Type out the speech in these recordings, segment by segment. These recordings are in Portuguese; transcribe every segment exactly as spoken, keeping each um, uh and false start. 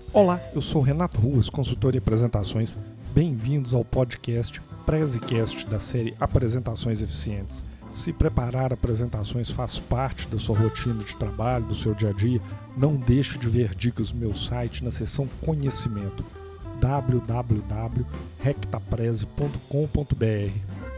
Olá, eu sou Renato Ruas, consultor em apresentações. Bem-vindos ao podcast PreziCast da série Apresentações Eficientes. Se preparar apresentações faz parte da sua rotina de trabalho, do seu dia a dia, não deixe de ver dicas no meu site na seção Conhecimento, w w w ponto rectapreze ponto com ponto b r.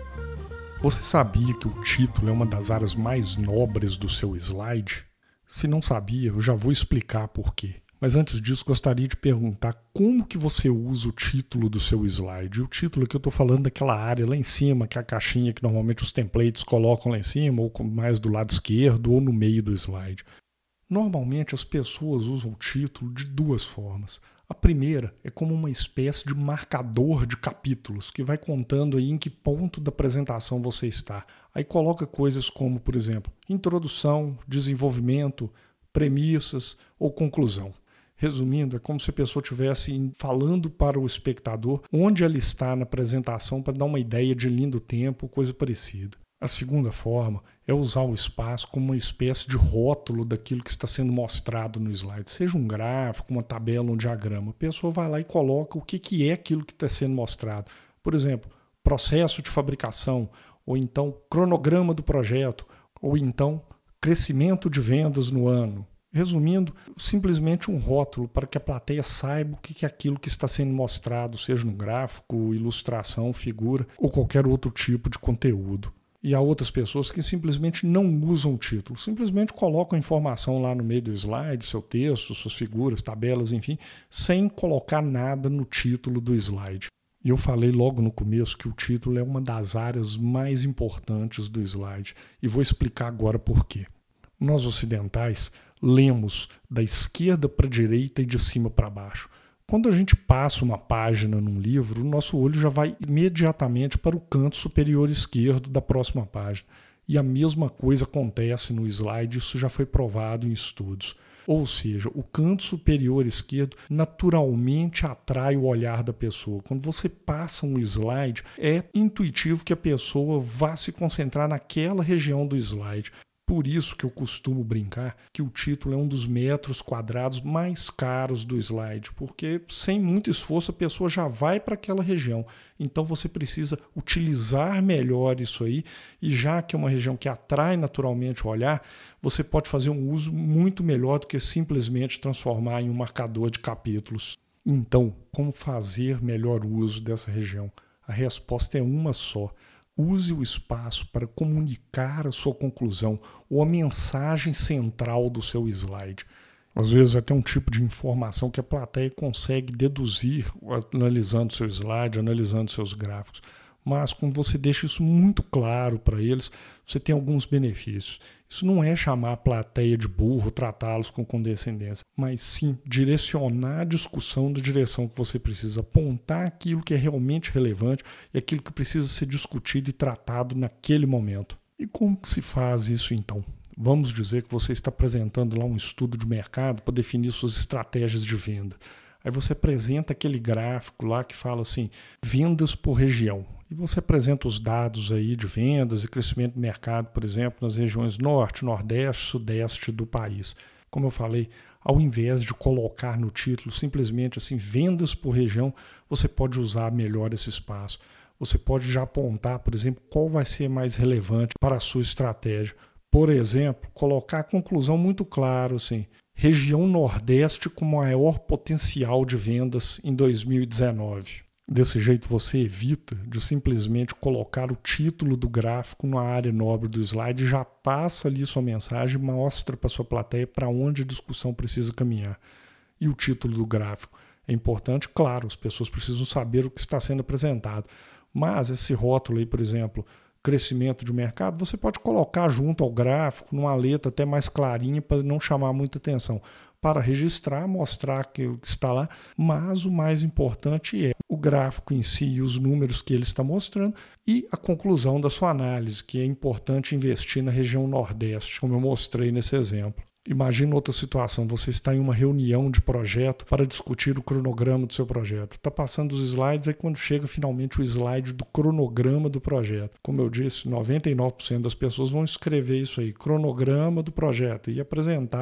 Você sabia que o título é uma das áreas mais nobres do seu slide? Se não sabia, eu já vou explicar por quê. Mas antes disso, gostaria de perguntar como que você usa o título do seu slide. O título que eu estou falando daquela área lá em cima, que é a caixinha que normalmente os templates colocam lá em cima, ou mais do lado esquerdo, ou no meio do slide. Normalmente as pessoas usam o título de duas formas. A primeira é como uma espécie de marcador de capítulos, que vai contando aí em que ponto da apresentação você está. Aí coloca coisas como, por exemplo, introdução, desenvolvimento, premissas ou conclusão. Resumindo, é como se a pessoa estivesse falando para o espectador onde ela está na apresentação para dar uma ideia de linha do tempo, coisa parecida. A segunda forma é usar o espaço como uma espécie de rótulo daquilo que está sendo mostrado no slide, seja um gráfico, uma tabela, um diagrama. A pessoa vai lá e coloca o que, que é aquilo que está sendo mostrado. Por exemplo, processo de fabricação, ou então cronograma do projeto, ou então crescimento de vendas no ano. Resumindo, simplesmente um rótulo para que a plateia saiba o que é aquilo que está sendo mostrado, seja no gráfico, ilustração, figura ou qualquer outro tipo de conteúdo. E há outras pessoas que simplesmente não usam o título, simplesmente colocam a informação lá no meio do slide, seu texto, suas figuras, tabelas, enfim, sem colocar nada no título do slide. E eu falei logo no começo que o título é uma das áreas mais importantes do slide e vou explicar agora por quê. Nós ocidentais lemos da esquerda para a direita e de cima para baixo. Quando a gente passa uma página num livro, o nosso olho já vai imediatamente para o canto superior esquerdo da próxima página. E a mesma coisa acontece no slide, isso já foi provado em estudos. Ou seja, o canto superior esquerdo naturalmente atrai o olhar da pessoa. Quando você passa um slide, é intuitivo que a pessoa vá se concentrar naquela região do slide. Por isso que eu costumo brincar que o título é um dos metros quadrados mais caros do slide, porque sem muito esforço a pessoa já vai para aquela região. Então você precisa utilizar melhor isso aí, e já que é uma região que atrai naturalmente o olhar, você pode fazer um uso muito melhor do que simplesmente transformar em um marcador de capítulos. Então, como fazer melhor uso dessa região? A resposta é uma só. Use o espaço para comunicar a sua conclusão ou a mensagem central do seu slide. Às vezes até um tipo de informação que a plateia consegue deduzir analisando seu slide, analisando seus gráficos. Mas quando você deixa isso muito claro para eles, você tem alguns benefícios. Isso não é chamar a plateia de burro, tratá-los com condescendência, mas sim direcionar a discussão da direção que você precisa, apontar aquilo que é realmente relevante e aquilo que precisa ser discutido e tratado naquele momento. E como que se faz isso então? Vamos dizer que você está apresentando lá um estudo de mercado para definir suas estratégias de venda. Aí você apresenta aquele gráfico lá que fala assim, vendas por região. E você apresenta os dados aí de vendas e crescimento do mercado, por exemplo, nas regiões norte, nordeste, sudeste do país. Como eu falei, ao invés de colocar no título simplesmente assim, vendas por região, você pode usar melhor esse espaço. Você pode já apontar, por exemplo, qual vai ser mais relevante para a sua estratégia. Por exemplo, colocar a conclusão muito claro, assim, região nordeste com maior potencial de vendas em dois mil e dezenove. Desse jeito você evita de simplesmente colocar o título do gráfico na área nobre do slide, já passa ali sua mensagem e mostra para sua plateia para onde a discussão precisa caminhar. E o título do gráfico é importante, claro, as pessoas precisam saber o que está sendo apresentado. Mas esse rótulo aí, por exemplo, crescimento de mercado, você pode colocar junto ao gráfico, numa letra até mais clarinha para não chamar muita atenção. Para registrar, mostrar que está lá, mas o mais importante é o gráfico em si e os números que ele está mostrando e a conclusão da sua análise, que é importante investir na região nordeste, como eu mostrei nesse exemplo. Imagina outra situação, você está em uma reunião de projeto para discutir o cronograma do seu projeto. Está passando os slides, aí quando chega finalmente o slide do cronograma do projeto. Como eu disse, noventa e nove por cento das pessoas vão escrever isso aí, cronograma do projeto, e apresentar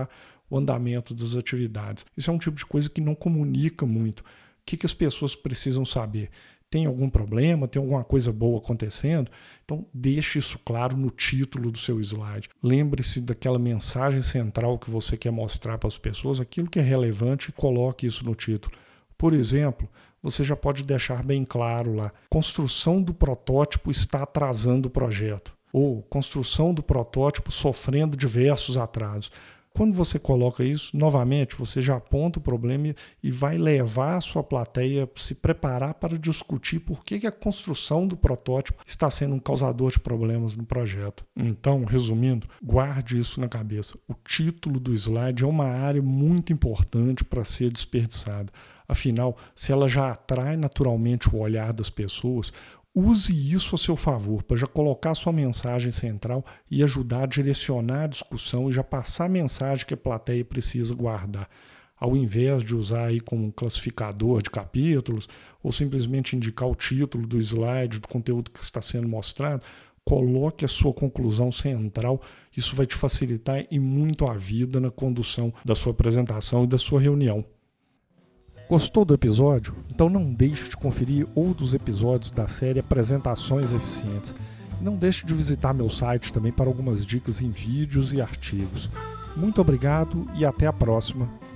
o andamento das atividades. Isso é um tipo de coisa que não comunica muito. O que, que as pessoas precisam saber? Tem algum problema? Tem alguma coisa boa acontecendo? Então, deixe isso claro no título do seu slide. Lembre-se daquela mensagem central que você quer mostrar para as pessoas, aquilo que é relevante, e coloque isso no título. Por exemplo, você já pode deixar bem claro lá: construção do protótipo está atrasando o projeto. Ou construção do protótipo sofrendo diversos atrasos. Quando você coloca isso, novamente, você já aponta o problema e vai levar a sua plateia a se preparar para discutir por que a construção do protótipo está sendo um causador de problemas no projeto. Então, resumindo, guarde isso na cabeça. O título do slide é uma área muito importante para ser desperdiçada. Afinal, se ela já atrai naturalmente o olhar das pessoas, use isso a seu favor, para já colocar sua mensagem central e ajudar a direcionar a discussão e já passar a mensagem que a plateia precisa guardar. Ao invés de usar aí como um classificador de capítulos ou simplesmente indicar o título do slide, do conteúdo que está sendo mostrado, coloque a sua conclusão central. Isso vai te facilitar e muito a vida na condução da sua apresentação e da sua reunião. Gostou do episódio? Então não deixe de conferir outros episódios da série Apresentações Eficientes. E não deixe de visitar meu site também para algumas dicas em vídeos e artigos. Muito obrigado e até a próxima.